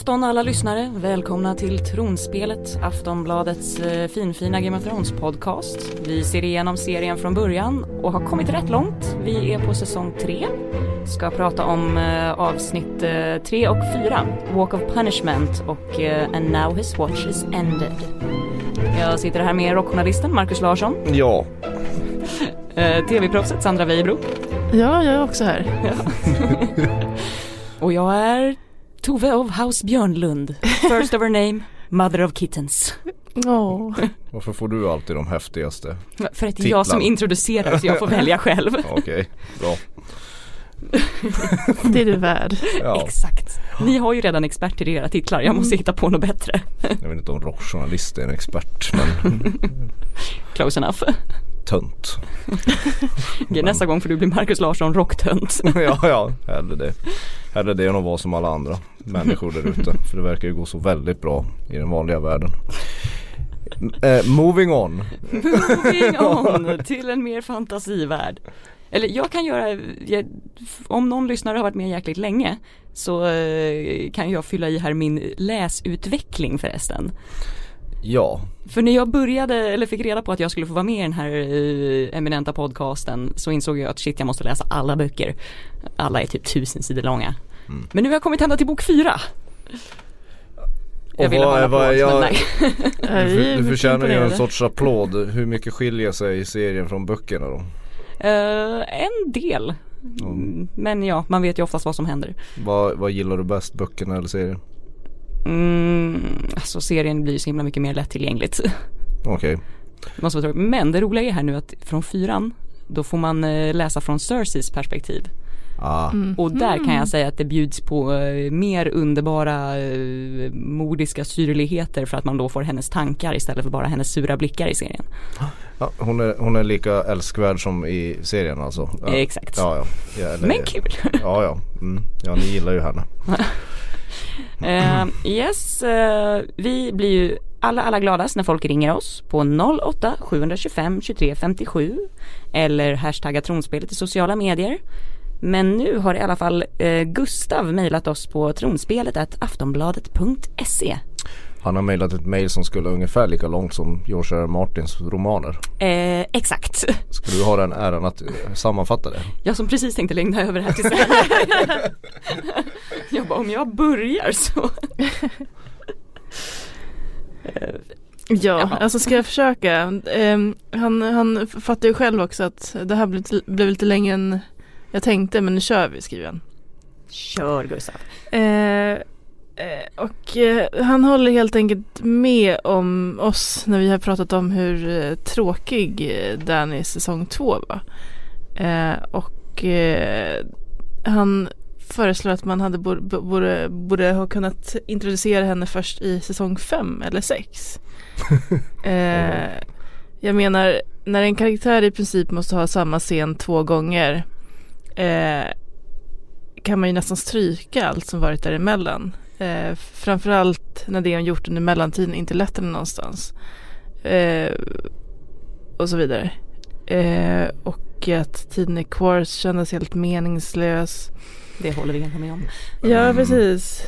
afton alla lyssnare, välkomna till Tronspelet, Aftonbladets finfina Game of Thrones podcast. Vi ser igenom serien från början och har kommit rätt långt. Vi är på säsong 3. Ska prata om avsnitt 3 och 4, Walk of Punishment och And Now His Watch is Ended. Jag sitter här med rockjournalisten Marcus Larsson. Ja. TV-proffset Sandra Weibro. Ja, jag är också här. Ja. Och jag är Tove of House Björnlund. First of her name, Mother of Kittens. Varför får du alltid de häftigaste? För att det är jag som introducerar, så jag får välja själv. Okej, bra. Det är du värd. Ja. Exakt. Ni har ju redan experter i era titlar. Jag måste hitta på något bättre. Jag vet inte om rockjournalist är en expert, men close enough. tönt. Nästa gång får du bli Marcus Larsson rocktönt. Ja, hellre det än att vara som alla andra människor där ute. För det verkar ju gå så väldigt bra i den vanliga världen. Moving on till en mer fantasivärld. Eller jag kan göra, om någon lyssnare har varit med jäkligt länge, så kan jag fylla i här min läsutveckling förresten. Ja. För när jag började, eller fick reda på att jag skulle få vara med i den här eminenta podcasten, så insåg jag att shit, jag måste läsa alla böcker. Alla är typ 1000 sidor långa. Men nu har jag kommit ända till bok 4. Jag ville hålla på, men nej. Du förtjänar ju en sorts applåd. Hur mycket skiljer sig serien från böckerna då? En del. Men ja, man vet ju oftast vad som händer. Vad gillar du bäst, böckerna eller serien? Alltså serien blir så himla mycket mer lättillgängligt. Okej. Men det roliga är här nu att från 4 då får man läsa från Cerseis perspektiv. Och där kan jag säga att det bjuds på mer underbara modiska syrligheter, för att man då får hennes tankar istället för bara hennes sura blickar i serien. Ja, hon är lika älskvärd som i serien alltså. Ja. Exakt. Ja, men kul. Ja, ni gillar ju henne. Vi blir ju alla gladast när folk ringer oss på 08 725 23 57 eller hashtagga tronspelet i sociala medier. Men nu har i alla fall Gustav mejlat oss på tronspelet@aftonbladet.se. Han har mejlat ett mejl som skulle ungefär lika långt som George R. R. Martins romaner. Exakt. Skulle du ha den äran att sammanfatta det? Jag som precis tänkte längda över det här till sen. Jag bara, om jag börjar så. Ja, alltså ska jag försöka. Han fattar ju själv också att det här blev lite längre än jag tänkte, men nu kör vi, skriver han. Kör, Gustav. Han håller helt enkelt med om oss när vi har pratat om hur tråkig Dany säsong 2 var. Han föreslår att man borde ha kunnat introducera henne först i säsong 5 eller 6. Jag menar, när en karaktär i princip måste ha samma scen 2 gånger, kan man ju nästan stryka allt som varit däremellan. Framförallt när det hon gjort under mellantiden inte lett henne någonstans. Och så vidare. Och att tiden är kvar kändes helt meningslös. Det håller vi inte med om. Ja, precis.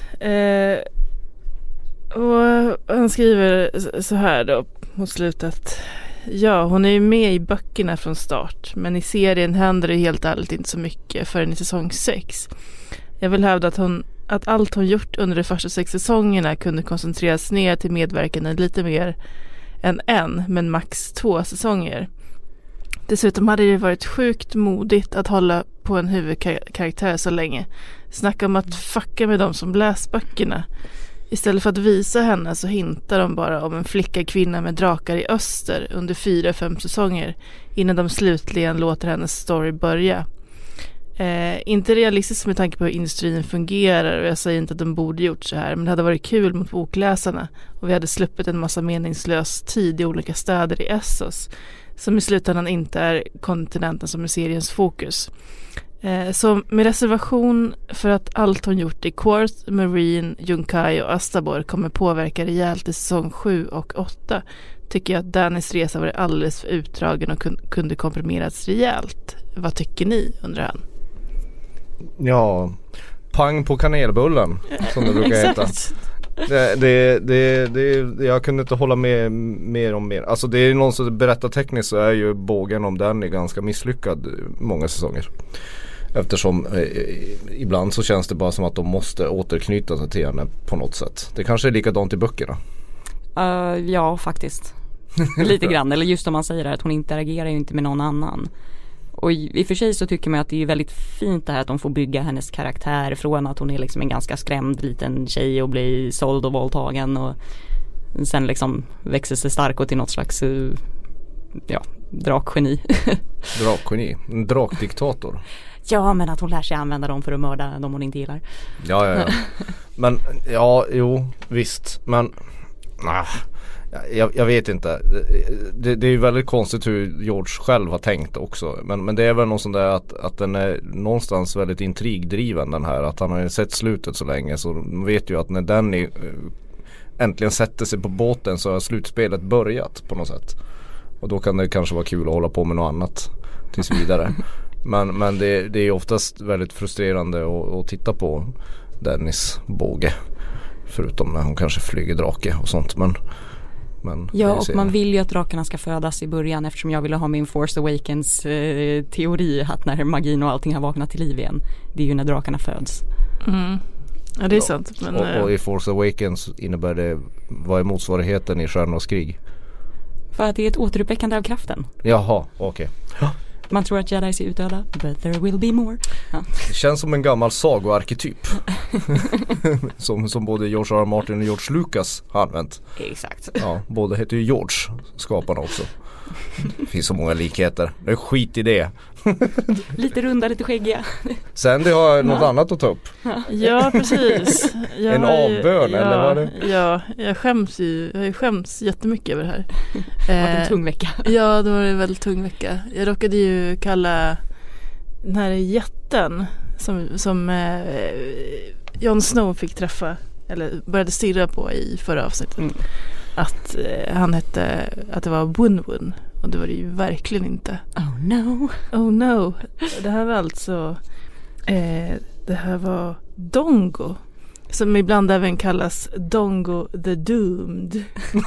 Och han skriver så här då mot slutet. Ja, hon är ju med i böckerna från start, men i serien händer det helt ärligt inte så mycket förrän i säsong 6. Jag vill hävda att allt hon gjort under de första 6 säsongerna kunde koncentreras ner till medverkande lite mer än men max 2 säsonger. Dessutom hade det varit sjukt modigt att hålla på en huvudkaraktär så länge. Snacka om att fucka med dem som läst böckerna. Istället för att visa henne så hintar de bara om en flicka kvinna med drakar i öster under 4-5 säsonger innan de slutligen låter hennes story börja. Inte realistiskt med tanke på hur industrin fungerar, och jag säger inte att de borde gjort så här, men det hade varit kul mot bokläsarna och vi hade sluppit en massa meningslös tid i olika städer i Essos som i slutändan inte är kontinenten som är seriens fokus. Så med reservation för att allt hon gjort i Quarth, Marine, Yunkai och Astabor kommer påverka rejält i säsong 7 och 8, tycker jag att Danys resa var alldeles för utdragen och kunde komprimerats rejält. Vad tycker ni, undrar han? Ja, pang på kanelbullen som det brukar heta. Jag kunde inte hålla med mer om mer. Alltså det är någon som berättar tekniskt, så är ju bågen om den är ganska misslyckad många säsonger. Eftersom ibland så känns det bara som att de måste återknyta sig till henne på något sätt. Det kanske är likadant i böckerna. Ja, faktiskt. Lite grann. Eller just om man säger att hon interagerar ju inte med någon annan. Och i och för sig så tycker man att det är väldigt fint det här att de får bygga hennes karaktär från att hon är liksom en ganska skrämd liten tjej och blir såld och våldtagen och sen liksom växer sig stark och till något slags drakgeni. Drakgeni? En drakdiktator? Ja, men att hon lär sig använda dem för att mörda dem hon inte gillar. Ja. Men, visst. Men, jag vet inte. Det är ju väldigt konstigt hur George själv har tänkt också. Men det är väl något sånt där att den är någonstans väldigt intrigdriven, den här. Att han har sett slutet så länge, så man vet ju att när Danny äntligen sätter sig på båten så har slutspelet börjat på något sätt. Och då kan det kanske vara kul att hålla på med något annat tills vidare. Men det är oftast väldigt frustrerande att titta på Dannys båge. Förutom när hon kanske flyger drake och sånt. Men ja, och man vill ju att drakarna ska födas i början, eftersom jag ville ha min Force Awakens teori att när magin och allting har vaknat till liv igen, det är ju när drakarna föds. Ja, det är sant. Men, och i Force Awakens innebär det, vad är motsvarigheten i Stjärnornas krig? För att det är ett återuppväckande av kraften. Jaha, okej. Man tror att Jedi är utdöda, but there will be more. Ja. Det känns som en gammal sagoarketyp. som både George R. Martin och George Lucas har använt. Exakt. Ja, båda heter ju George, skaparna också. Det finns så många likheter. Det är skit i det. Lite runda, lite skäggiga. Sen det har något annat att ta upp. Ja, precis. En avbön, eller vad det? Ja, jag skäms jättemycket över det här. Det var en tung vecka. Ja, det var en väldigt tung vecka. Jag råkade ju kalla den här jätten som Jon Snow fick träffa, eller började stirra på i förra avsnittet. Att han hette, att det var Wun-Wun. Och det var det ju verkligen inte. Oh no. Det här var alltså det här var Dongo, som ibland även kallas Dongo the Doomed.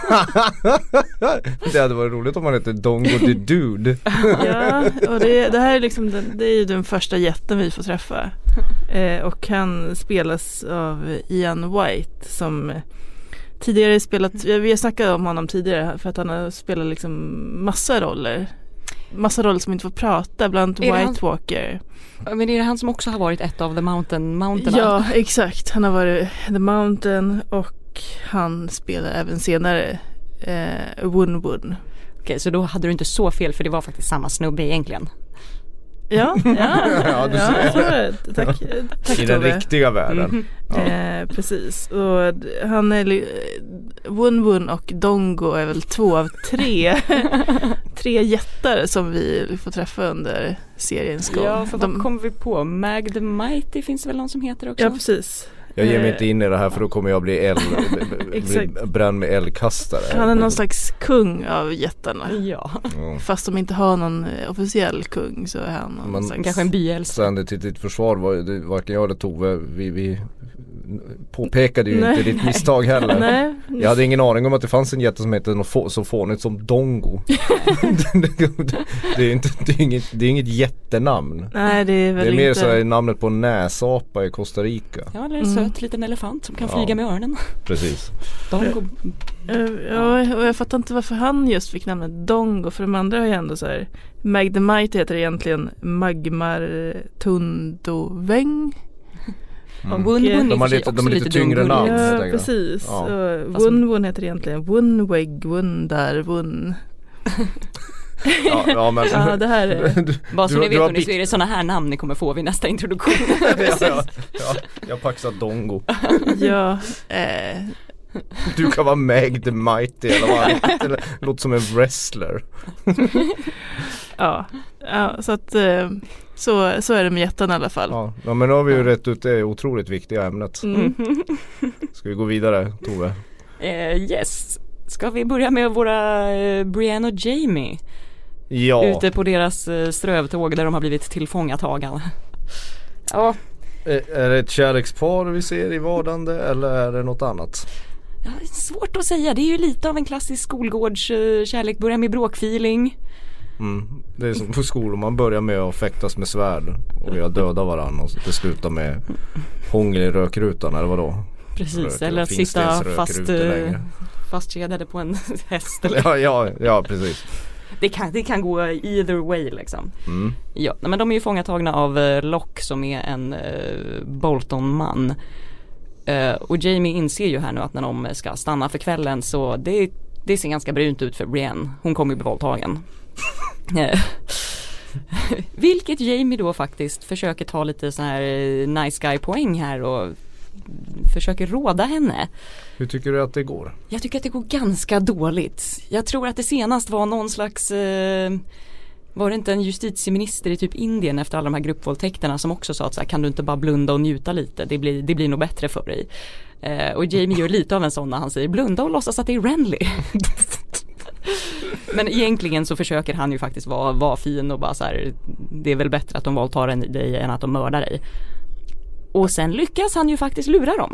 Det hade varit roligt om man hette Dongo the Dude. Ja, och det här är liksom det är ju den första jätten vi får träffa. Och han spelas av Ian White, som tidigare spelat, vi har snackat om honom tidigare för att han har spelat liksom massa roller som inte får prata, bland White Walker. Men är det han som också har varit ett av The Mountain? Ja, exakt. Han har varit The Mountain och han spelar även senare Wun-Wun. Okej, så då hade du inte så fel, för det var faktiskt samma snubbe egentligen. Ja, du ser. Tack i den riktiga världen. Precis. Och han är Wun-Wun och Dongo är väl 2 av 3 jättar som vi får träffa under seriens gång. Ja, för vad kommer vi på? Mag the Mighty finns väl någon som heter också? Ja, precis. Jag ger mig inte in i det här, för då kommer jag bli bränd med eldkastare. Han är någon slags kung av jättarna. Ja. Fast de inte har någon officiell kung, så är han någon slags... Kanske en byälskare. Sen till ditt försvar varken jag eller Tove, vi påpekade ju inte ditt misstag heller. Nej. Jag hade ingen aning om att det fanns en jätte som heter något så fånigt som Dongo. Det är inget jättenamn. Nej, det är väl det är mer inte... så här namnet på en näsapa i Costa Rica. Ja, eller en söt liten elefant som kan flyga med öronen. Precis. Dongo. Ja, och jag fattar inte varför han just fick namnet Dongo, för de andra har ju ändå så här. Mag the Mighty heter egentligen Magmar Tundoveng. De har lite tyngre namn. Ja, precis. Ja. Wun-Wun heter egentligen Wun-Weg Wundar Wun. Ja, men det här är... Bara så ni vet, så är det såna här namn ni kommer få vid nästa introduktion. Jag paxar Dongo. Ja, Du kan vara Mag the Mighty eller vad. Det låter som en wrestler. Ja, så att så är det med jätten i alla fall. Ja, men nu har vi ju rätt ut det otroligt viktiga ämnet. Ska vi gå vidare, Tove? Yes. Ska vi börja med våra Brienne och Jamie? Ja. Ute på deras strövtåg där de har blivit tillfångatagna. Ja, Är det ett kärlekspar vi ser i vardande eller är det något annat? Ja, svårt att säga. Det är ju lite av en klassisk skolgårdskärlek. Börjar med bråkfeeling. Det är som på skolan, man börjar med att fäktas med svärd och jag dödar varandra och det slutar med hångel i rökrutan eller vadå? Precis, eller att sitta fastkedjade på en häst. Eller? Ja, precis. Det kan gå either way liksom. Ja, men de är ju fångatagna av Locke som är en Bolton-man. Och Jamie inser ju här nu att när de ska stanna för kvällen så det ser ganska brunt ut för Brienne. Hon kommer ju bli våldtagen. Vilket Jamie då faktiskt försöker ta lite så här nice guy poäng här och försöker råda henne. Hur tycker du att det går? Jag tycker att det går ganska dåligt. Jag tror att det senast var någon slags var det inte en justitieminister i typ Indien efter alla de här gruppvåldtäkterna som också sa att så här, kan du inte bara blunda och njuta lite? Det blir nog bättre för dig. Och Jamie gör lite av en sån när han säger blunda och låtsas att det är Renly. Men egentligen så försöker han ju faktiskt vara fin och bara så här, det är väl bättre att de våldtar dig än att de mördar dig. Och sen lyckas han ju faktiskt lura dem.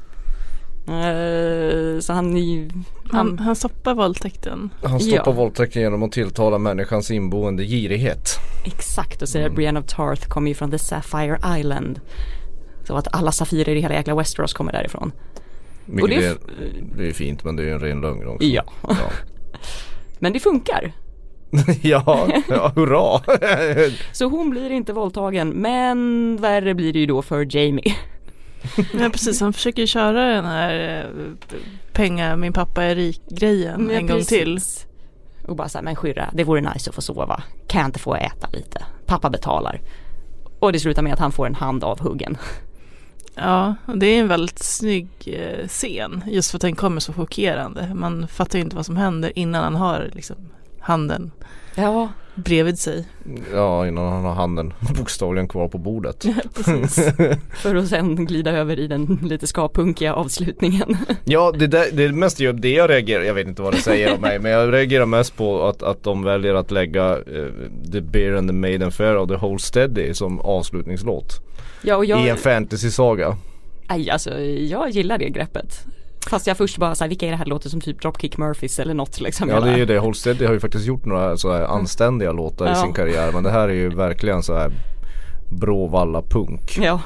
Så han stoppar våldtäkten. Han stoppar våldtäkten genom att tilltala människans inboende girighet. Exakt, och säger att Brienne of Tarth kommer ju från The Sapphire Island. Så att alla safirer i hela jäkla Westeros kommer därifrån. Och det är fint, men det är ju en ren lögn också. Ja. Men det funkar. ja, hurra! Så hon blir inte våldtagen, men värre blir det ju då för Jamie. Ja, precis. Han försöker köra den här pengar, min pappa är rik-grejen en gång till. Och bara så här, men Skyrra, det vore nice att få sova. Kan jag inte få äta lite? Pappa betalar. Och det slutar med att han får en hand av huggen. Ja, det är en väldigt snygg scen. Just för att den kommer så chockerande. Man fattar ju inte vad som händer innan han har liksom handen bredvid sig. Ja, innan han har handen bokstavligen kvar på bordet. Ja, precis. För att sen glida över i den lite skapunkiga avslutningen. Ja, det är mest det jag reagerar. Jag vet inte vad det säger om mig, men jag reagerar mest på att de väljer att lägga The Bear and the Maiden Fair och The Whole Steady som avslutningslåt. Ja, och i en fantasy-saga. Aj, alltså, jag gillar det greppet. Fast jag först bara såhär, vilka är det här låter som typ Dropkick Murphys eller något liksom. Ja, det är ju det. Holsteady har ju faktiskt gjort några så här anständiga låtar i sin karriär. Men det här är ju verkligen så här Bråvalla punk. Ja.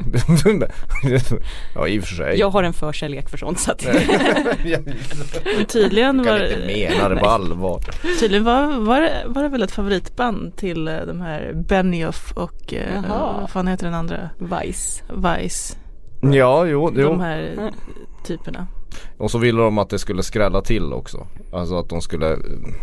Ja, i och för sig. Jag har en förkärlek för sånt så att tydligen var det menar det på allvar. Tydligen var det väl ett favoritband till de här Benioff och vad fan heter den andra? Vice. Ja, jo. De här typerna. Och så ville de att det skulle till också. Alltså att de skulle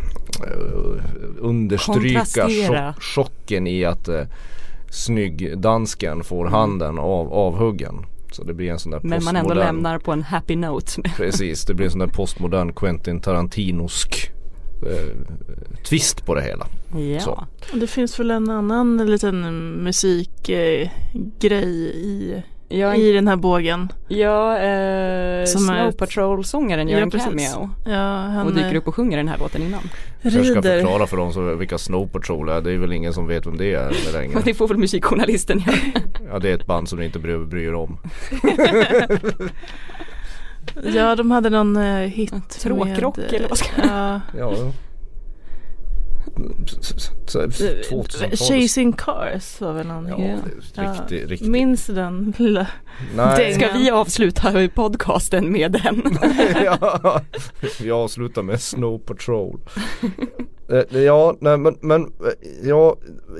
understryka chocken i att snyggdansken får handen avhuggen. Så det blir en sån där postmodern. Men man ändå lämnar på en happy note. Precis, det blir en sån där postmodern Quentin Tarantinosk twist på det hela. Ja. Så. Det finns väl en annan liten musikgrej i den här bågen. Ja, Snow Patrol-sångaren gör en cameo. Ja, och dyker upp och sjunger den här låten innan. Jag ska förklara för dem vilka Snow Patrol är. Det är väl ingen som vet vem det är längre. Det får väl musikjournalisten göra. Ja, det är ett band som ni inte bryr om. Ja, de hade någon hit. Tråkrock eller vad ska ja. Chasing Cars var väl någon. Ja, riktigt. Minns den lilla. Nej. Ska vi avsluta podcasten med den? Ja, vi avslutar med Snow Patrol. Ja, nej, men ja,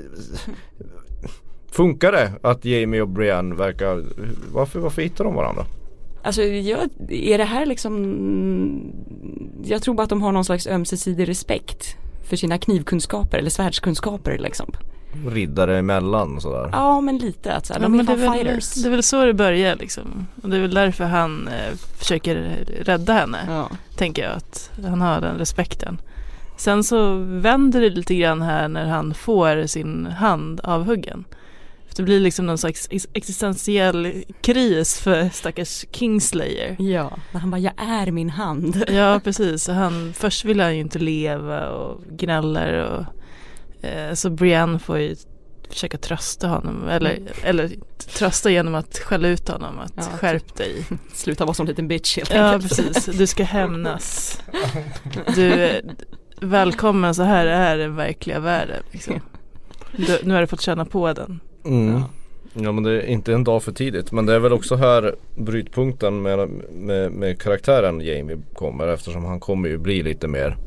funkar det att Jamie och Brienne verkar, varför hittar de varandra? Alltså är det här liksom, jag tror bara att de har någon slags ömsesidig respekt för sina knivkunskaper eller svärdskunskaper liksom. Riddare emellan sådär. Ja, men lite att de är fan fighters. Det är väl så det börjar liksom. Och det är väl därför han försöker rädda henne. Tänker jag, att han har den respekten. Sen så vänder det lite grann här när han får sin hand avhuggen. Det blir liksom någon slags existentiell kris för stackars Kingslayer. Ja, när han bara, jag är min hand. Ja, precis. Först vill han ju inte leva och gnäller. Och, så Brienne får ju försöka trösta honom eller trösta genom att skälla ut honom att skärp dig. Sluta vara som en liten bitch helt enkelt. Ja, precis. Du ska hämnas. Du välkommen, så här är den verkliga världen liksom. Nu har du fått känna på den. Ja, men det är inte en dag för tidigt. Men det är väl också här brytpunkten med karaktären Jamie kommer, eftersom han kommer ju bli lite mer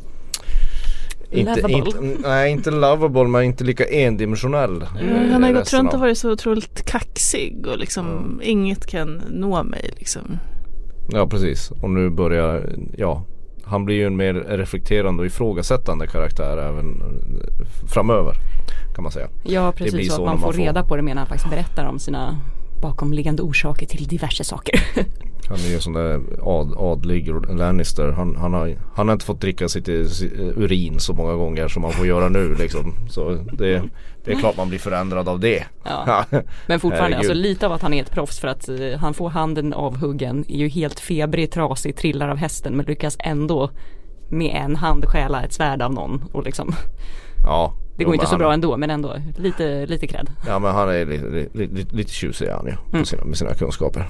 inte lovable, men inte lika endimensionell. Han har gått runt och varit så otroligt kaxig och liksom inget kan nå mig liksom. Ja, precis. Och nu börjar han blir ju en mer reflekterande och ifrågasättande karaktär även framöver, kan man säga. Ja, precis, så att man får reda på det medan han faktiskt berättar om sina bakomliggande orsaker till diverse saker. Han är ju sån där adlig Lannister. Han har inte fått dricka sitt urin så många gånger som man får göra nu liksom. Så det är klart man blir förändrad av det. Ja. Men fortfarande, alltså, lite av att han är ett proffs, för att han får handen avhuggen, är ju helt febrig, trasig, trillar av hästen, men lyckas ändå med en hand stjäla ett svärd av någon och liksom. Ja. Det går inte så bra ändå, men ändå lite cred. Ja, men han är lite tjusig han med sina kunskaper.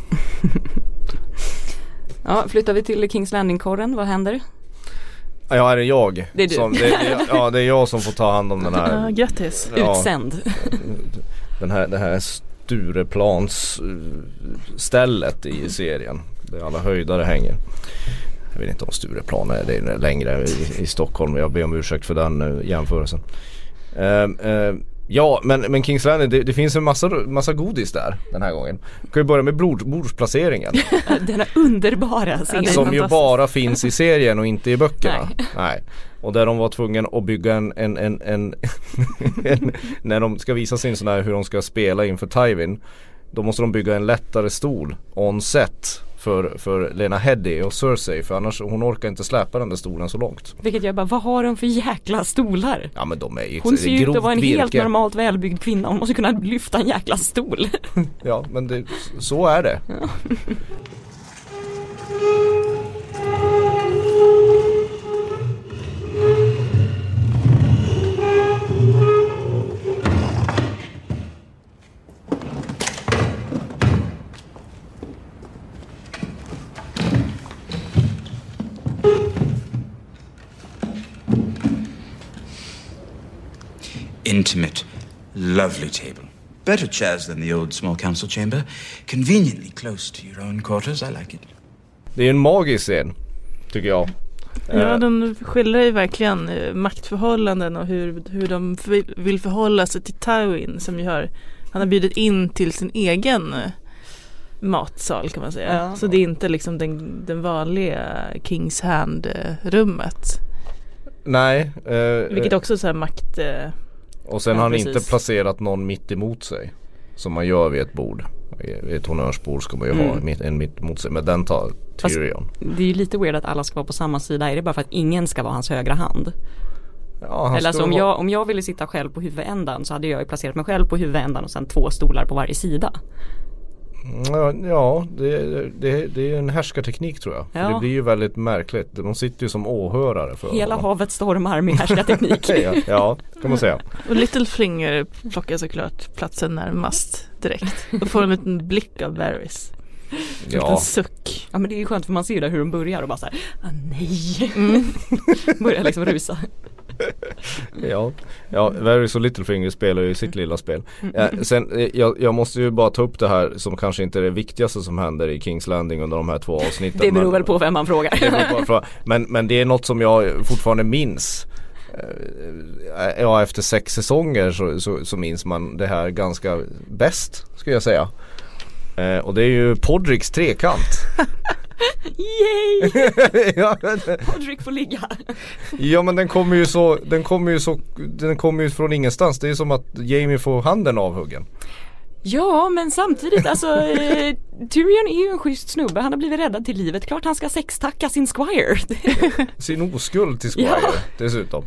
Ja, flyttar vi till Kings Landing-korren, vad händer? Ja, är det jag? Det är du. Det är jag som får ta hand om den här. Ja, grattis. Utsänd. Det här Stureplans stället i serien. Där alla höjdare hänger. Jag vet inte om Stureplan är det längre i Stockholm. Jag ber om ursäkt för den jämförelsen. Ja, men Kings Landing, det finns en massa godis där den här gången. Vi kan ju börja med bordsplaceringen. Den är underbara scenen. Som ju bara finns i serien och inte i böckerna. Nej. Och där de var tvungna att bygga en när de ska visa sin sån här hur de ska spela inför Tywin, då måste de bygga en lättare stol on set för Lena Headey och Cersei, för annars hon orkar inte släpa den där stolen så långt. Vilket jag bara, vad har de för jäkla stolar? Ja, men de är ju, hon ser ju ut att vara en virke. Helt normalt välbyggd kvinna. Hon måste kunna lyfta en jäkla stol. Ja, men så är det. Ja. Intimate, lovely table. Better chairs than the old small council chamber. Conveniently close to your own quarters. I like it. Det är en magisk scen, tycker jag. Ja, den skildrar ju verkligen maktförhållanden och hur de vill förhålla sig till Tywin, som ju han har bjudit in till sin egen matsal, kan man säga. Ja. Så det är inte liksom den vanliga Kings Hand-rummet. Nej. Vilket också är så här makt... och sen har han inte placerat någon mitt emot sig, som man gör vid ett bord. Vid ett honnörsbord ska man ju ha en mitt emot sig. Men den tar Tyrion. Alltså, det är ju lite weird att alla ska vara på samma sida. Är det bara för att ingen ska vara hans högra hand? Ja, eller alltså, om jag ville sitta själv på huvudändan, så hade jag ju placerat mig själv på huvudändan och sen 2 stolar på varje sida. Ja, det är en härskarteknik, tror jag. Ja. För det blir ju väldigt märkligt. De sitter ju som åhörare för hela havet stormar med härskarteknik. Ja, kan man säga. Och Littlefinger plockar såklart platsen närmast direkt. Och får en liten blick av Varys. En liten suck. Ja, men det är ju skönt, för man ser ju där hur de börjar och bara så här, nej. Börjar liksom rusa. Ja, Varys och Littlefinger spelar ju sitt lilla spel. Sen, jag måste ju bara ta upp det här som kanske inte är det viktigaste som händer i Kings Landing under de här 2 avsnitten. Det beror väl på vem man frågar. Men det är något som jag fortfarande minns. Ja, efter 6 säsonger så minns man det här ganska bäst, skulle jag säga. Och det är ju Podricks trekant. Yay! Podrick får ligga. Ja, men den kommer ju från ingenstans. Det är som att Jamie får handen avhuggen. Ja, men samtidigt alltså Tyrion är ju en schysst snubbe. Han har blivit räddad till livet. Klart han ska sextacka sin squire. Sin oskuld till squire, dessutom.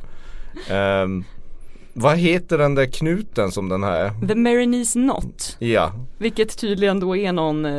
Vad heter den där knuten som den här? The Marinese Knot. Ja. Vilket tydligen då är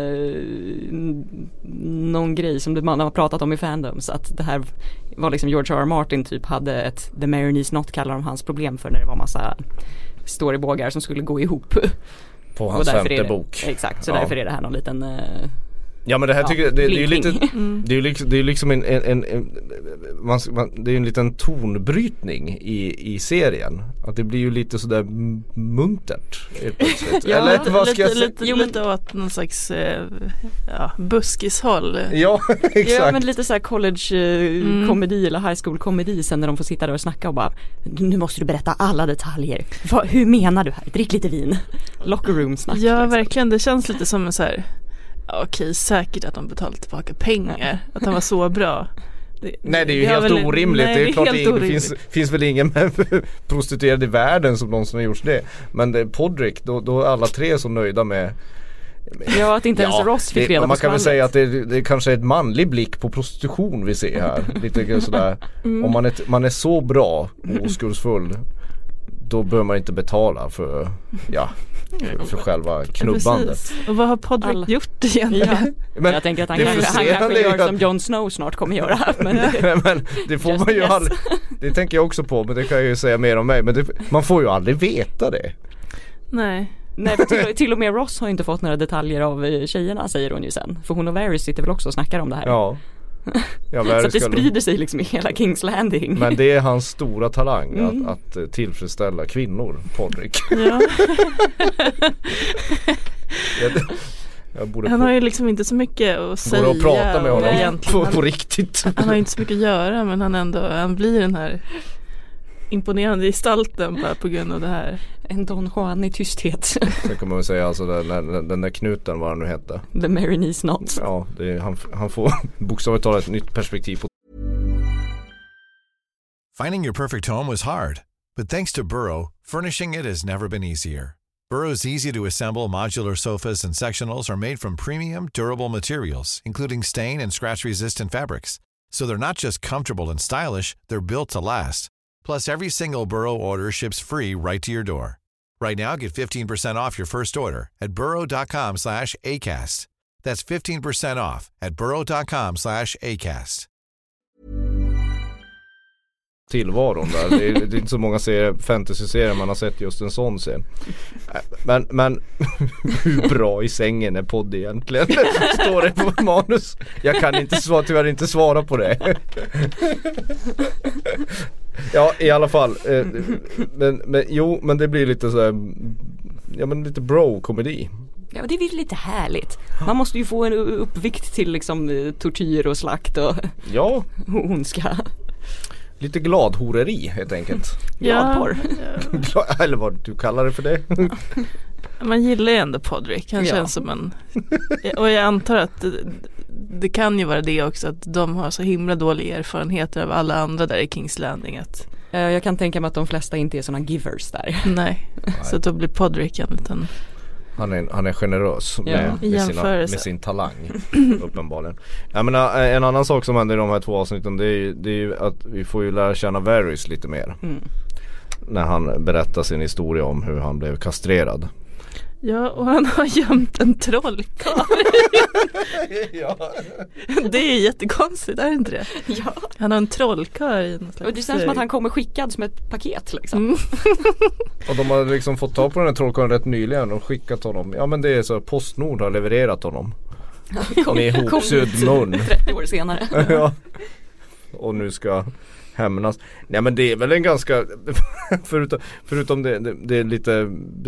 någon grej som man har pratat om i fandoms. Att det här var liksom George R. R. Martin typ hade ett The Marinese Knot, kallar de hans problem för, när det var massa storybågar som skulle gå ihop. På hans femte bok. Exakt, så därför är det här någon liten... Ja, men det här tycker jag, det är ju lite, det är liksom en det är en liten tonbrytning i serien. Att det blir ju lite sådär muntert. Ja, eller vad ska jag säga? Lite åt någon slags buskishåll. Ja, exakt. Ja, men lite så här college-komedi eller high school-komedi sen när de får sitta där och snacka och bara, nu måste du berätta alla detaljer. Hur menar du här? Drick lite vin. Locker room-snack. Ja, liksom. verkligen. Det känns lite som en så här... Okej, säkert att de betalar tillbaka pengar. Att han var så bra. Nej, det är ju helt orimligt. Det är klart det finns väl ingen prostituerad i världen som någonsin har gjort det. Men Podrick, då är alla tre så nöjda med... Ja, att inte ens Ross fick reda på. Man kan väl säga att det är kanske ett manlig blick på prostitution vi ser här. Lite sådär. Om man är så bra och oskuldsfull, då bör man inte betala för själva knubbandet. Precis. Och vad har Podrick gjort egentligen? Ja. Men jag tänker att han kanske gör som Jon Snow snart kommer göra. Men det får man ju aldrig. Det tänker jag också på, men det kan jag ju säga mer om mig. Men man får ju aldrig veta det. Nej, för till och med Ross har inte fått några detaljer av tjejerna, säger hon ju sen. För hon och Varys sitter väl också och snackar om det här. Ja. Ja, så att det sprider sig liksom i hela King's Landing. Men det är hans stora talang att tillfredsställa kvinnor, Podrick. Ja. Han har ju liksom inte så mycket att säga. Går att prata med honom på riktigt. Han har inte så mycket att göra, men han blir den här imponerande gestalten bara på grund av det här. En Don Juan i tysthet. Sen kan man väl säga alltså den där knuten, vad han nu hette. The Mary Niece Knot. Ja, han får bokstavligt talat ett nytt perspektiv på. Finding your perfect home was hard, but thanks to Burrow, furnishing it has never been easier. Burrow's easy-to-assemble modular sofas and sectionals are made from premium, durable materials, including stain and scratch-resistant fabrics. So they're not just comfortable and stylish, they're built to last. Plus, every single Burrow order ships free right to your door. Right now, get 15% off your first order at burrow.com/ACAST. That's 15% off at burrow.com/ACAST. Tillvaron där. Det är inte så många fantasy-serier man har sett just en sån scen. Men hur bra i sängen är podd egentligen? Står det på manus? Jag kan tyvärr inte svara på det. Ja, i alla fall. Men det blir lite så här, lite bro-komedi. Ja, det är lite härligt. Man måste ju få en uppvikt till liksom tortyr och slakt och ondska. Lite gladhoreri helt enkelt. Gladporr. Ja. Eller vad du kallar det för det. Man gillar ju ändå Podrick. Han känns som en... Och jag antar att det kan ju vara det också, att de har så himla dåliga erfarenheter av alla andra där i King's Landing. Jag kan tänka mig att de flesta inte är såna givers där. Nej. Så då blir Podrick en liten... Han är generös med sin talang uppenbarligen. Jag menar, en annan sak som händer i de här 2 avsnitten, det är ju att vi får ju lära känna Varys lite mer. När han berättar sin historia om hur han blev kastrerad. Ja, och han har gömt en trollkarl. Ja. Det är jättekonstigt, är det inte det? Ja. Han har en trollkarl i något slags... Och det känns som att han kommer skickad som ett paket liksom. Och de har liksom fått ta på den här trollkarlen rätt nyligen och skickat honom. Ja, men det är så att Postnord har levererat honom. Med ihopsydd mun. 30 år senare. Ja. Och nu ska hämnas. Nej, men det är väl en ganska förutom det är lite...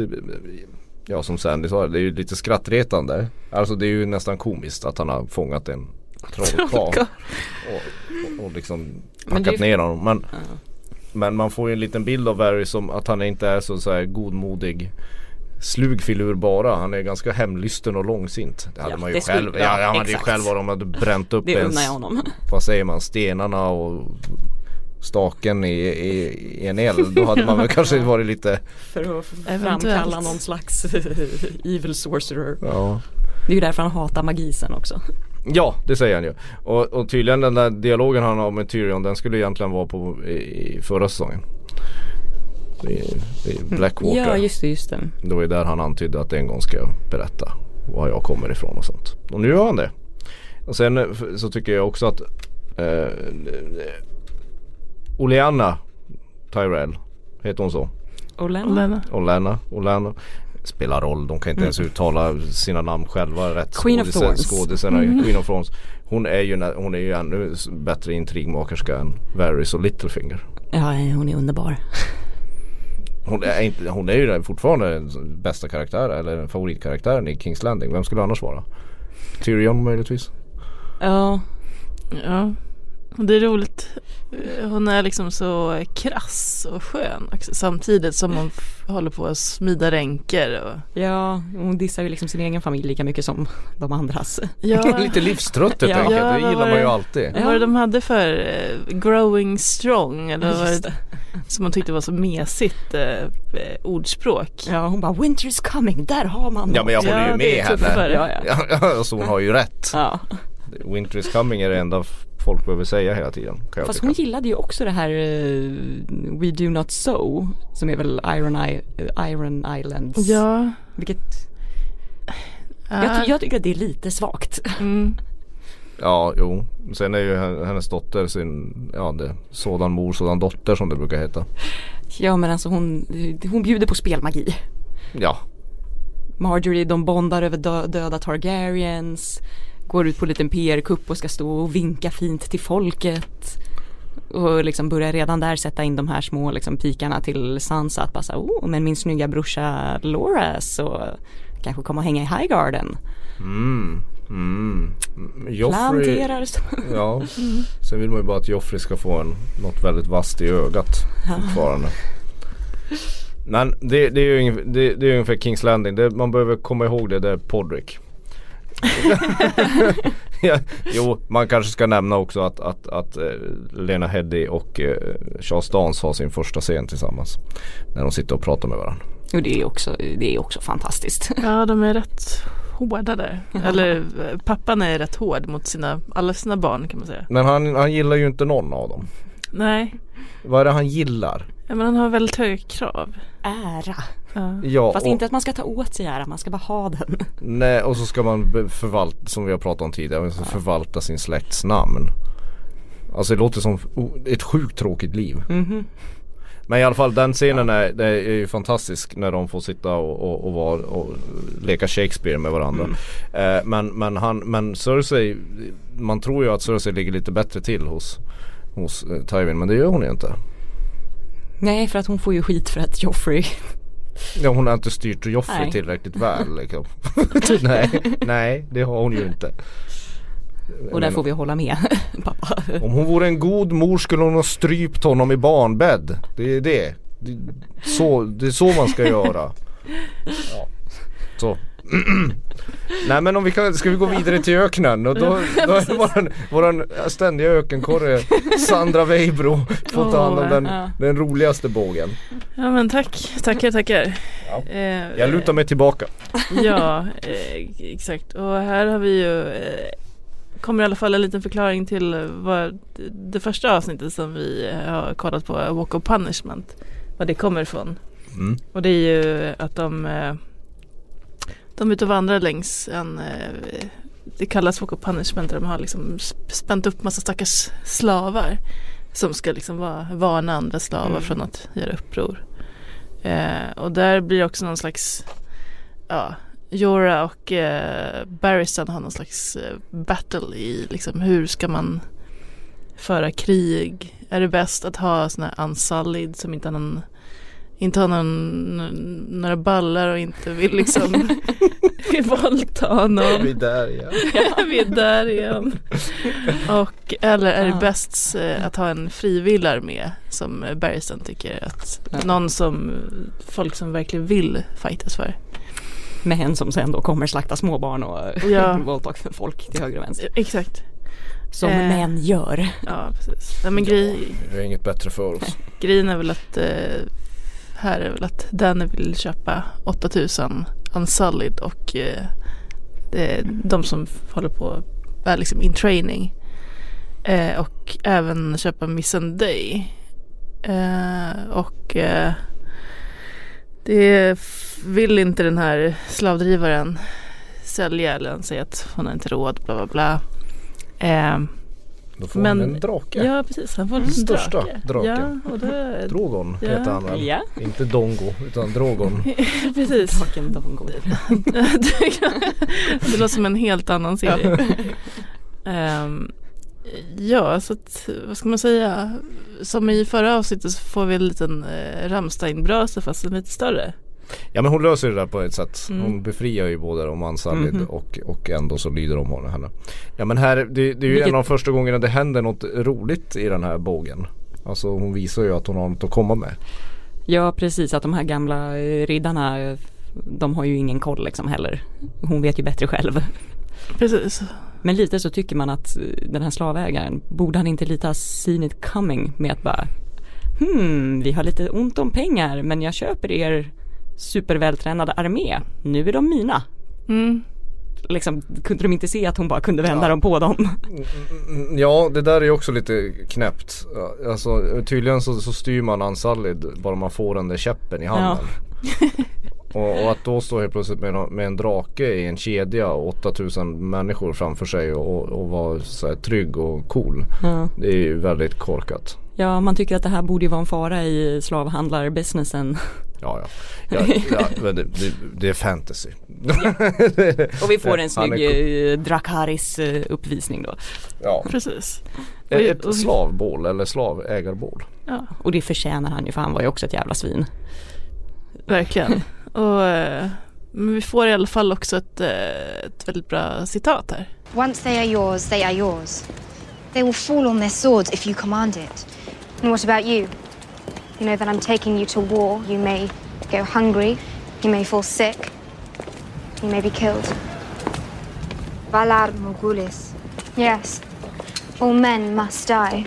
Ja, som Sandy sa, det är ju lite skrattretande. Alltså det är ju nästan komiskt att han har fångat en trollkarl och liksom packat ner honom. Men man får ju en liten bild av Varys som att han inte är så här godmodig slug filur bara. Han är ganska hemlysten och långsint. Det hade man ju själv. Man hade ju själv vad de hade bränt upp ens, vad säger man, stenarna och staken i en eld. Då hade man väl kanske varit lite... För att framkalla någon slags evil sorcerer. Ja. Det är ju därför han hatar magisen också. Ja, det säger han ju. Och tydligen den där dialogen han har med Tyrion, den skulle egentligen vara på i förra säsongen. I Blackwater. Ja, just det. Då är där han antydde att en gång ska jag berätta var jag kommer ifrån och sånt. Och nu gör han det. Och sen så tycker jag också att Olenna Tyrell, heter hon så? Olenna spelar roll. De kan inte ens uttala sina namn själva rätt. Queen of Thorns. Queen of Thorns. Hon är ju ännu bättre intrigmakerska än Varys och Littlefinger. Ja, hon är underbar. Hon är ju fortfarande den bästa karaktär eller favoritkaraktären i King's Landing. Vem skulle annars vara? Tyrion möjligtvis. Ja. Det är roligt. Hon är liksom så krass och skön också, samtidigt som hon håller på att smida ränker. Ja, hon dissar ju liksom sin egen familj lika mycket som de andras. Ja. Lite livstrött helt enkelt. Det gillar man ju alltid. Vad var det de hade för growing strong? Eller vad var det som man tyckte var så mesigt ordspråk? Ja, hon bara winter is coming, där har man något. Ja, men jag håller ju med henne. Ja. Så hon har ju rätt. Ja. Winter is coming är det enda folk behöver säga hela tiden. Fast hon gillade ju också det här We Do Not Sow, som är väl Iron Islands. Ja. Vilket jag tycker att det är lite svagt. Ja, jo. Sen är ju hennes dotter sådan mor, sådan dotter som det brukar heta. Ja, men alltså hon bjuder på spelmagi. Ja. Marjorie, de bondar över döda Targaryens. Går ut på en liten PR-kupp och ska stå och vinka fint till folket. Och liksom börjar redan där sätta in de här små liksom pikarna till Sansa att passa. Men min snygga brorsa Loras och kanske komma och hänga i Highgarden. Joffrey, planterar så. Ja. Sen vill man ju bara att Joffrey ska få något väldigt vasst i ögat fortfarande. Men det är ju ungefär King's Landing. Man behöver komma ihåg det är Podrick. Ja, jo, man kanske ska nämna också att Lena Headey och Charles Dance har sin första scen tillsammans när de sitter och pratar med varandra. Och det är också fantastiskt. Ja, de är rätt hårda där. Eller pappan är rätt hård mot alla sina barn, kan man säga. Men han gillar ju inte någon av dem. Nej. Vad är det han gillar? Ja, men han har väldigt höga krav. Ära. Ja, fast inte att man ska ta åt sig ära, man ska bara ha den. Nej, och så ska man förvalta, som vi har pratat om tidigare, förvalta sin släkts namn. Alltså det låter som ett sjukt tråkigt liv. Men i alla fall den scenen är ju fantastisk när de får sitta och leka Shakespeare med varandra. Men Cersei, man tror ju att Cersei ligger lite bättre till hos Tywin, men det gör hon ju inte. Nej, för att hon får ju skit för att Joffrey... Ja, hon har inte styrt Joffrey tillräckligt väl liksom. nej, det har hon ju inte. Och där får vi hålla med, pappa. Om hon vore en god mor skulle hon ha strypt honom i barnbädd. Det är det. Det är så man ska göra. Ja. Så. Nej, men om ska vi gå vidare till öknen, och då är det våran ständiga ökenkorre Sandra Weibro får ta hand om den roligaste bågen. Ja, men tackar. Ja. Jag lutar mig tillbaka. Ja, exakt. Och här har vi ju kommer i alla fall en liten förklaring till vad det första avsnittet som vi har kollat på, Walk of Punishment, vad det kommer ifrån. Och det är ju att de är ute och vandrar längs det kallas Walk of Punishment, där de har liksom spänt upp massa stackars slavar som ska liksom varna andra slavar från att göra uppror. Och där blir också någon slags Jorah och Barristan har någon slags battle i liksom, hur ska man föra krig? Är det bäst att ha såna här unsullied som inte har några ballar och inte vill liksom våldta någon? Vi är där igen. Vi är där igen. Eller är det bäst att ha en frivillig armé, som Barristan tycker, att någon som folk som verkligen vill fightas för? Med en som sen då kommer slakta småbarn och våldta för folk till höger och vänster. Exakt. Som män gör. Ja, precis. Nej, men det är inget bättre för oss. Grejen är väl att här är väl att Danny vill köpa 8000 unsullied och de som håller på är liksom in training. Och även köpa Missandei. Och det vill inte den här slavdrivaren sälja, eller han säger att hon har inte råd, bla bla bla. Då får han en drake. Ja, precis. Han får en största draken. Ja, och det... Drogon heter han väl. Ja. Inte Dongo, utan Drogon. Precis. Draken Dongo. Det låter som en helt annan serie. Ja, så att, vad ska man säga? Som i förra avsnittet så får vi en liten Rammstein-brasa fast en lite större. Ja, men hon löser det där på ett sätt. Hon befriar ju både om Ansalid och ändå så lyder de henne. Ja, men här, det är ju en av de första gångerna det händer något roligt i den här bågen. Alltså hon visar ju att hon har något att komma med. Ja, precis. Att de här gamla riddarna, de har ju ingen koll liksom heller. Hon vet ju bättre själv. Precis. Men lite så tycker man att den här slavägaren, borde han inte lite ha seen it coming med att bara vi har lite ont om pengar men jag köper er supervältränade armé. Nu är de mina. Liksom, kunde de inte se att hon bara kunde vända dem på dem? Ja, det där är ju också lite knäppt. Alltså, tydligen så styr man Ansalid bara man får den där käppen i handen. Ja. Och att då stå helt plötsligt med en drake i en kedja och 8000 människor framför sig och vara så här trygg och cool. Ja. Det är ju väldigt korkat. Ja, man tycker att det här borde ju vara en fara i slavhandlarbusinessen. Ja, men det är fantasy. Ja. Och vi får en snygg Drakaris uppvisning då. Ja, precis. Ett slavbål eller slavägarbål. Ja. Och det förtjänar han ju, för han var ju också ett jävla svin. Verkligen. Och men vi får i alla fall också ett väldigt bra citat här. Once they are yours, they are yours. They will fall on their swords if you command it. And what about you? You know that I'm taking you to war. You may go hungry. You may fall sick. You may be killed. Valar Morghulis. Yes. All men must die.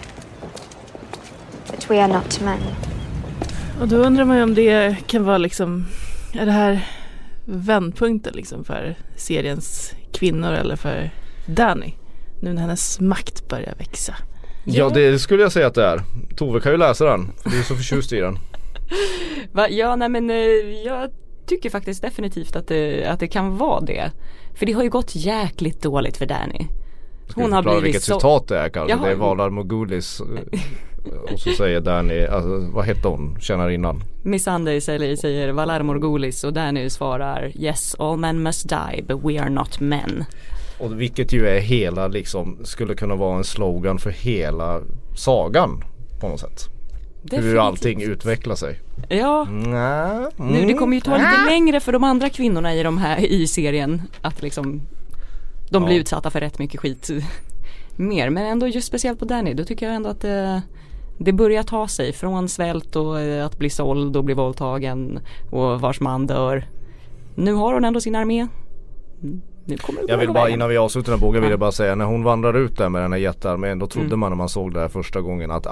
But we are not men. Och då undrar man ju om det kan vara liksom, är det här vändpunkten liksom för seriens kvinnor eller för Dany? Nu när hennes makt börjar växa. Ja, det skulle jag säga att det är. Tove kan ju läsa den, för du är så förtjust i den. Ja, nej men jag tycker faktiskt definitivt att det kan vara det. För det har ju gått jäkligt dåligt för Dany. Hon har blivit vilket citat det är kanske. Det är Valar Morghulis. Och så säger Dany, alltså, vad heter hon? Känner innan. Missandei säger Valar Morghulis och Dany svarar yes, all men must die, but we are not men. Och vilket ju är hela liksom, skulle kunna vara en slogan för hela sagan på något sätt. Definitivt. Hur allting utvecklar sig. Ja. Nu det kommer ju ta lite längre för de andra kvinnorna i de här i serien att liksom de blir utsatta för rätt mycket skit mer, men ändå just speciellt på Dany, då tycker jag ändå att det börjar ta sig från svält och att bli såld och bli våldtagen och vars man dör. Nu har hon ändå sin armé. Nu kommer det. Jag vill bara, innan vi avslutar den bågen vill jag bara säga, när hon vandrar ut där med den här jättearmén, då trodde man när man såg det här första gången att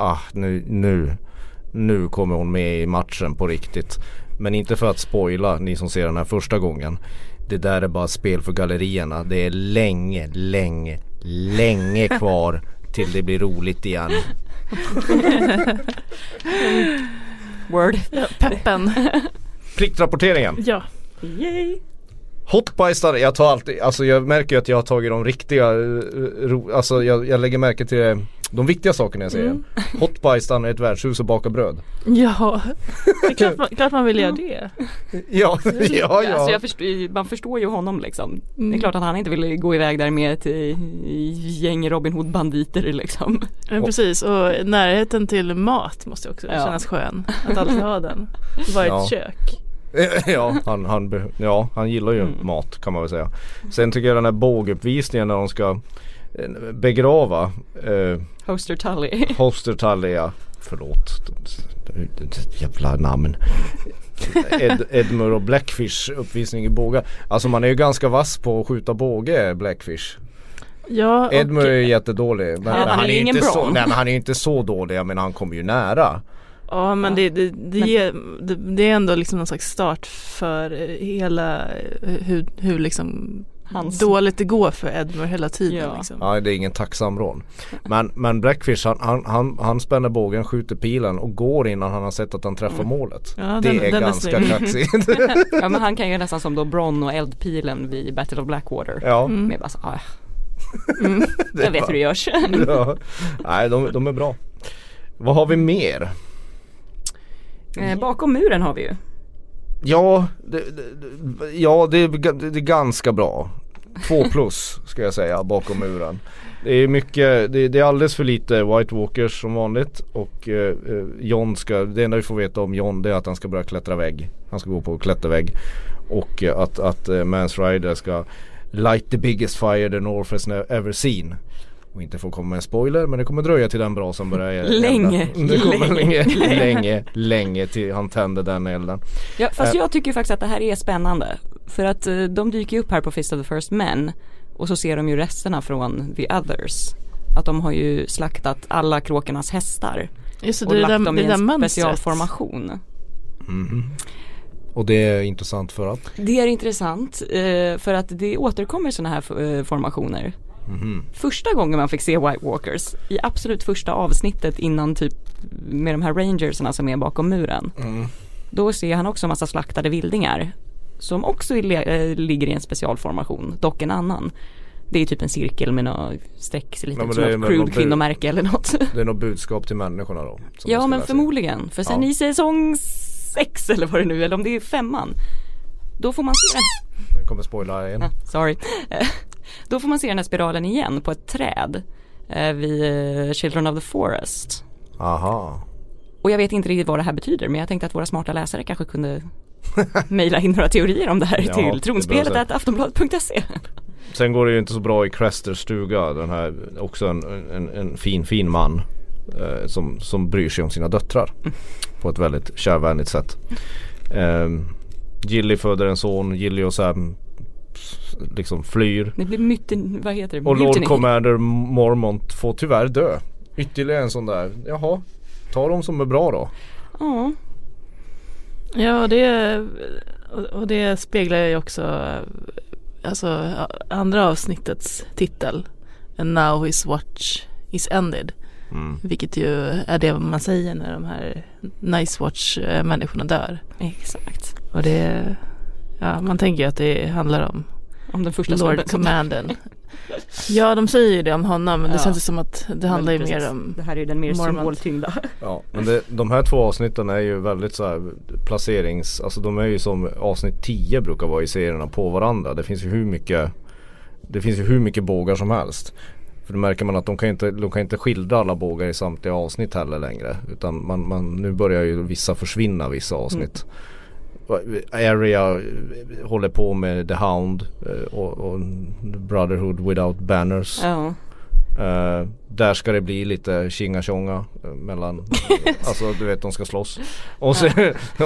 nu kommer hon med i matchen på riktigt. Men inte för att spoila ni som ser den här första gången. Det där är bara spel för gallerierna. Det är länge kvar till det blir roligt igen. Word. Ja, peppen. Pliktrapporteringen. Ja. Yay. Hotbajsar, jag tar alltid, alltså jag märker att jag har tagit de riktiga, alltså jag lägger märke till de viktiga sakerna jag säger. Hotbajsar är ett värdshus och baka bröd. Ja, det är klart man vill göra det. Ja. Alltså man förstår ju honom liksom. Det är klart att han inte vill gå iväg där med ett gäng Robin Hood-banditer liksom. Men precis, och närheten till mat måste också kännas skön. Att alltid ha den. Bara ett kök. Ja, han gillar ju mat kan man väl säga. Sen tycker jag den här båguppvisningen när de ska begrava Hoster Tully, ja. Förlåt. Jävla namn. Edmure och Blackfish uppvisning i bågar. Alltså man är ju ganska vass på att skjuta båge, Blackfish. Ja, Edmure är jättedålig. Men han är inte så, men han är inte så dålig, men han kommer ju nära. Ja, men det är ändå liksom någon slags start för hela hur liksom dåligt det går för Edmure hela tiden. Ja. Liksom. Ja, det är ingen tacksam rån. Men Blackfish han spänner bågen, skjuter pilen och går innan han har sett att han träffar målet. Ja, det är ganska kaxigt. Ja, men han kan ju nästan som då Bronn och eldpilen vid Battle of Blackwater. Ja. Med bara så, Jag vet hur det görs. Ja. Nej, de är bra. Vad har vi mer? Bakom muren har vi ju. Ja, det är ganska bra. 2+ ska jag säga bakom muren. Det är mycket, det är alldeles för lite White Walkers som vanligt. Och Jon det enda vi får veta om Jon, det är att han ska börja klättra vägg. Han ska gå på klättervägg. Och att Mance Rider ska light the biggest fire the North has ever seen. Och inte får komma med en spoiler, men det kommer dröja till den brasan börjar länge till han tänder den elden. Ja, fast jag tycker faktiskt att det här är spännande. För att de dyker upp här på Fist of the First Men. Och så ser de ju resterna från The Others. Att de har ju slaktat alla kråkornas hästar. Just det, och lagt dem i en mönstret. specialformation. Och det är intressant för att? Det är intressant för att det återkommer såna här formationer. Första gången man fick se White Walkers i absolut första avsnittet innan typ med de här rangersarna som är bakom muren. Då ser han också en massa slaktade vildingar som också ligger i en specialformation, dock en annan. Det är typ en cirkel med något streck, lite som ett crude kvinnomärke eller något. Det är något budskap till människorna då. Ja, men förmodligen. För sen i säsong 6 eller vad det nu, eller om det är 5:an, då får man se den. Jag kommer spoila igen. Sorry. Då får man se den här spiralen igen på ett träd vid Children of the Forest. Aha. Och jag vet inte riktigt vad det här betyder, men jag tänkte att våra smarta läsare kanske kunde mejla in några teorier om det här till tronspelet@aftonbladet.se. Sen går det ju inte så bra i Cresters stuga. Den här också en fin man som bryr sig om sina döttrar på ett väldigt kärvänligt sätt. Gilly föder en son, Gilly och Sam liksom flyr. Det blir vad heter det? Och Lord Commander Mormont får tyvärr dö. Ytterligare en sån där. Jaha, ta dem som är bra då. Ja. Ja, och det speglar ju också alltså andra avsnittets titel. And now his watch is ended. Vilket ju är det man säger när de här Nice Watch-människorna dör. Exakt. Och det, ja, man tänker ju att det handlar om den första Lord Commanden. Ja, de säger ju det om honom, men det känns som att det handlar ju mer om det här är ju den mer symboltyngda. Ja, men de här 2 avsnitten är ju väldigt så här placerings, alltså de är ju som avsnitt 10 brukar vara i serierna på varandra. Det finns ju hur mycket bågar som helst. För då märker man att de kan inte skildra alla bågar i samtliga avsnitt heller längre. Utan nu börjar ju vissa försvinna, vissa avsnitt. Area håller på med The Hound och Brotherhood Without Banners. Ja. Där ska det bli lite tjinga-tjonga mellan alltså du vet de ska slåss och så,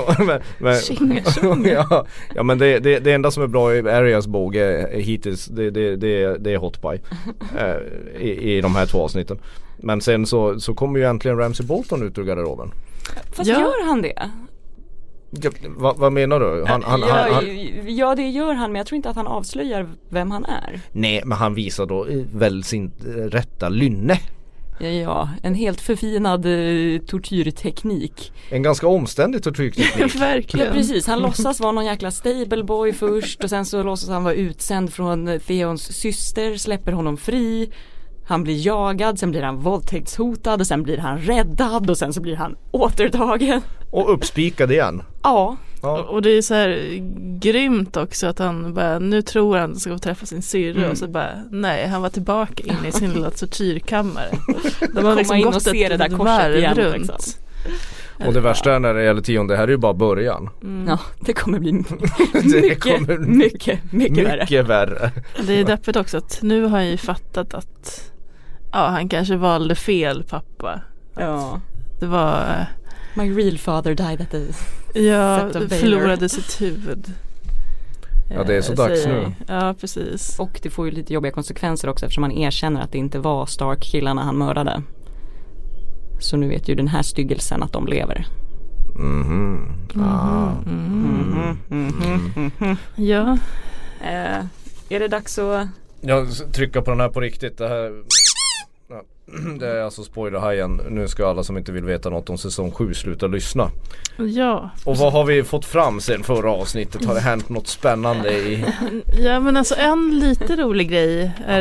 ja men det enda som är bra i Areas båge hittills det är Hot Pie i de här 2 avsnitten. Men sen så kommer ju äntligen Ramsay Bolton ut ur garderoben. Fast gör han det? Vad menar du? Ja, det gör han, men jag tror inte att han avslöjar vem han är. Nej, men han visar då väl sin rätta lynne. Ja, en helt förfinad tortyrteknik. En ganska omständig tortyrteknik. Verkligen. Ja, precis. Han låtsas vara någon jäkla stableboy först och sen så låtsas han vara utsänd från Theons syster, släpper honom fri. Han blir jagad, sen blir han våldtäktshotad och sen blir han räddad och sen så blir han återtagen. Och uppspikad igen. Ja. Och det är så här grymt också att han bara, nu tror han ska få träffa sin syrra och så bara, nej, han var tillbaka inne i sin lilla tortyrkammare. De har liksom gått ett varv igen, runt. Liksom. Och det värsta är när det gäller 10, det här är ju bara början. Ja, det kommer bli mycket värre. Det är deppigt också att nu har han ju fattat att han kanske valde fel pappa. Ja. Det var My real father died at the förlorade sitt huvud. Ja, det är så dags nu. Ja, precis. Och det får ju lite jobbiga konsekvenser också eftersom han erkänner att det inte var Stark-killarna han mördade. Så nu vet ju den här styggelsen att de lever. Ja. Är det dags att... Jag trycker på den här på riktigt. Det är alltså spoilerhajen. Nu ska alla som inte vill veta något om säsong 7 sluta lyssna. Ja. Och vad har vi fått fram sen förra avsnittet? Har det hänt något spännande i... Ja, men alltså en lite rolig grej är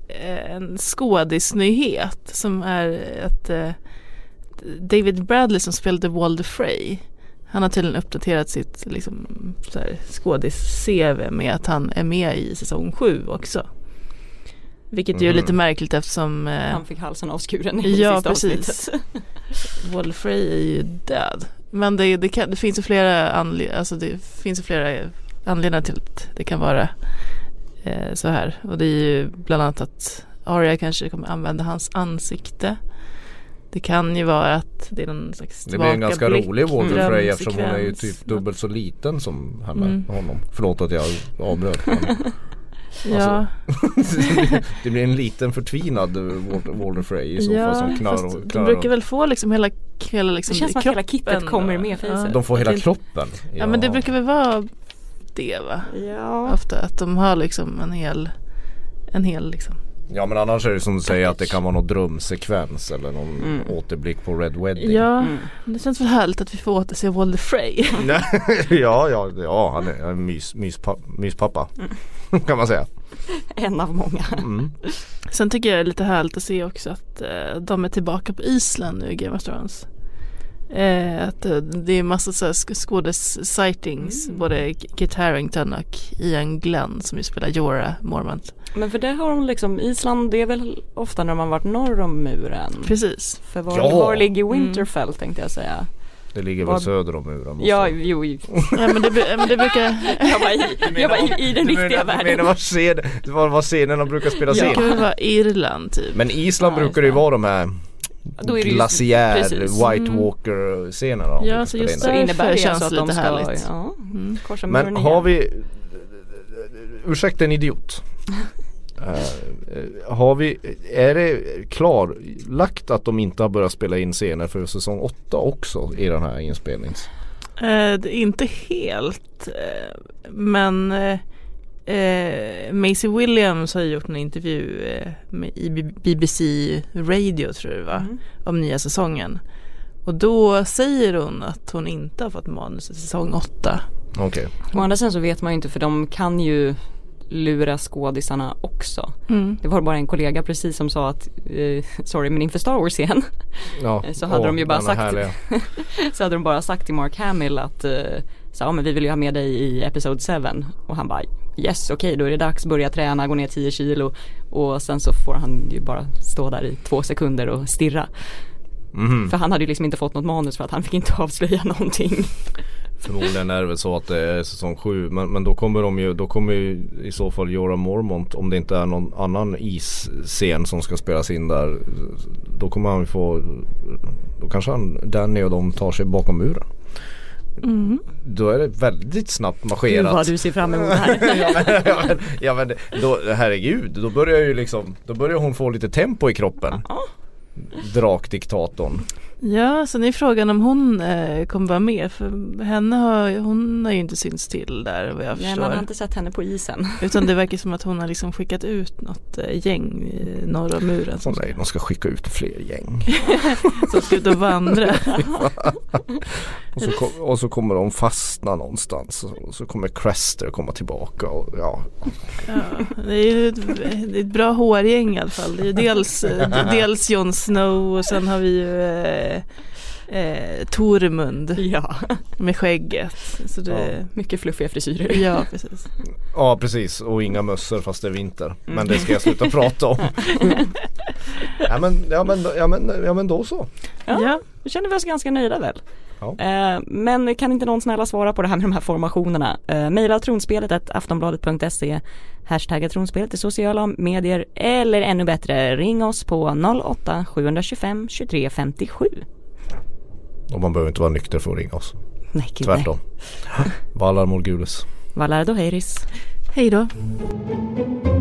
en skådisnyhet som är att David Bradley som spelade Walder Frey, han har tydligen uppdaterat sitt liksom, skådis-CV med att han är med i säsong 7 också. Vilket ju är lite märkligt eftersom han fick halsen avskuren i sista avsnittet. Walder Frey är ju död. Men det finns ju flera anledningar till att det kan vara så här. Och det är ju bland annat att Arya kanske kommer använda hans ansikte. Det kan ju vara att det är någon slags det blir en ganska rolig Walder Frey eftersom hon är ju typ dubbelt så liten som honom. Förlåt att jag avbröt. Ja. Det blir en liten förtvinad Walder Frey i så fall som knarrar. De brukar väl få liksom hela liksom det känns som att hela kittet kommer med fejset. De får hela kroppen. Ja, men det brukar väl vara det, va? Ja. Ofta att de har liksom en hel liksom. Ja, men annars är det som du säger att det kan vara någon drömsekvens eller någon återblick på Red Wedding. Ja, det känns väl härligt att vi får återse Walder Frey. ja, han är en myspappa kan man säga. En av många. Sen tycker jag det är lite härligt att se också att de är tillbaka på Island nu i Game of Thrones. Att det är massa så skådis-sightings, både Kit Harington och Ian Glenn som ju spelar Jorah Mormont. Men för det har de liksom, Island, det är väl ofta när man varit norr om muren. Precis. För var ligger Winterfell tänkte jag säga. Det ligger väl söder om muren. Ja, jo. Ja, men det brukar... jag var i den riktiga världen. Du menar var scenerna brukar spela in? Det kan väl vara Irland typ. Men Island brukar ju vara de här glaciär, White Walker-scenerna. Ja, så just så innebär det känns att lite härligt. Korsa men har vi... Ursäkta en idiot. Är det klarlagt att de inte har börjat spela in scener för säsong 8 också i den här inspelnings? Inte helt, men Maisie Williams har gjort en intervju i BBC Radio tror jag det var, om nya säsongen. Och då säger hon att hon inte har fått manus i säsong 8. Okej. Å andra sidan så vet man ju inte, för de kan ju lura skådisarna också. Det var bara en kollega precis som sa att men inför Star Wars igen så hade de ju bara sagt så hade de bara sagt till Mark Hamill att men vi vill ju ha med dig i episode 7, och han bara yes, okej, då är det dags, börja träna, gå ner 10 kilo, och sen så får han ju bara stå där i 2 sekunder och stirra. För han hade ju liksom inte fått något manus för att han fick inte avslöja någonting. Förmodligen är det väl så att det är säsong 7, men då kommer ju i så fall Jorah Mormont, om det inte är någon annan isscen som ska spelas in där, då kommer han då kanske Danny och de tar sig bakom muren. Då är det väldigt snabbt marscherat. Gud vad du ser fram emot här. ja, men då, herregud, då börjar hon få lite tempo i kroppen. Drakdiktatorn. Ja, sen är frågan om hon kommer vara med, för hon har ju inte synts till där vad jag förstår. Nej, man har inte sett henne på isen. Utan det verkar som att hon har liksom skickat ut något gäng norr om muren. Nej, de ska skicka ut fler gäng. Som ska ut och vandra. och så kommer de fastna någonstans, och så kommer Craster komma tillbaka och det är ju ett bra hårgäng i alla fall. Det är dels Jon Snow, och sen har vi ju Tormund med skägget. Så det mycket fluffiga frisyrer. Ja, precis. Ja, precis. Och inga mössor fast det är vinter. Men det ska jag sluta prata om. ja, men då så. Ja, då känner vi oss ganska nöjda väl. Ja. Men kan inte någon snälla svara på det här med de här formationerna? Maila tronspelet@aftonbladet.se, hashtagga tronspelet i sociala medier, eller ännu bättre, ring oss på 08-725 23 57. Och man behöver inte vara nykter för att ringa oss. Nej, gud, tvärtom. Valar Morgulis. Valar Doheiris. Hej då.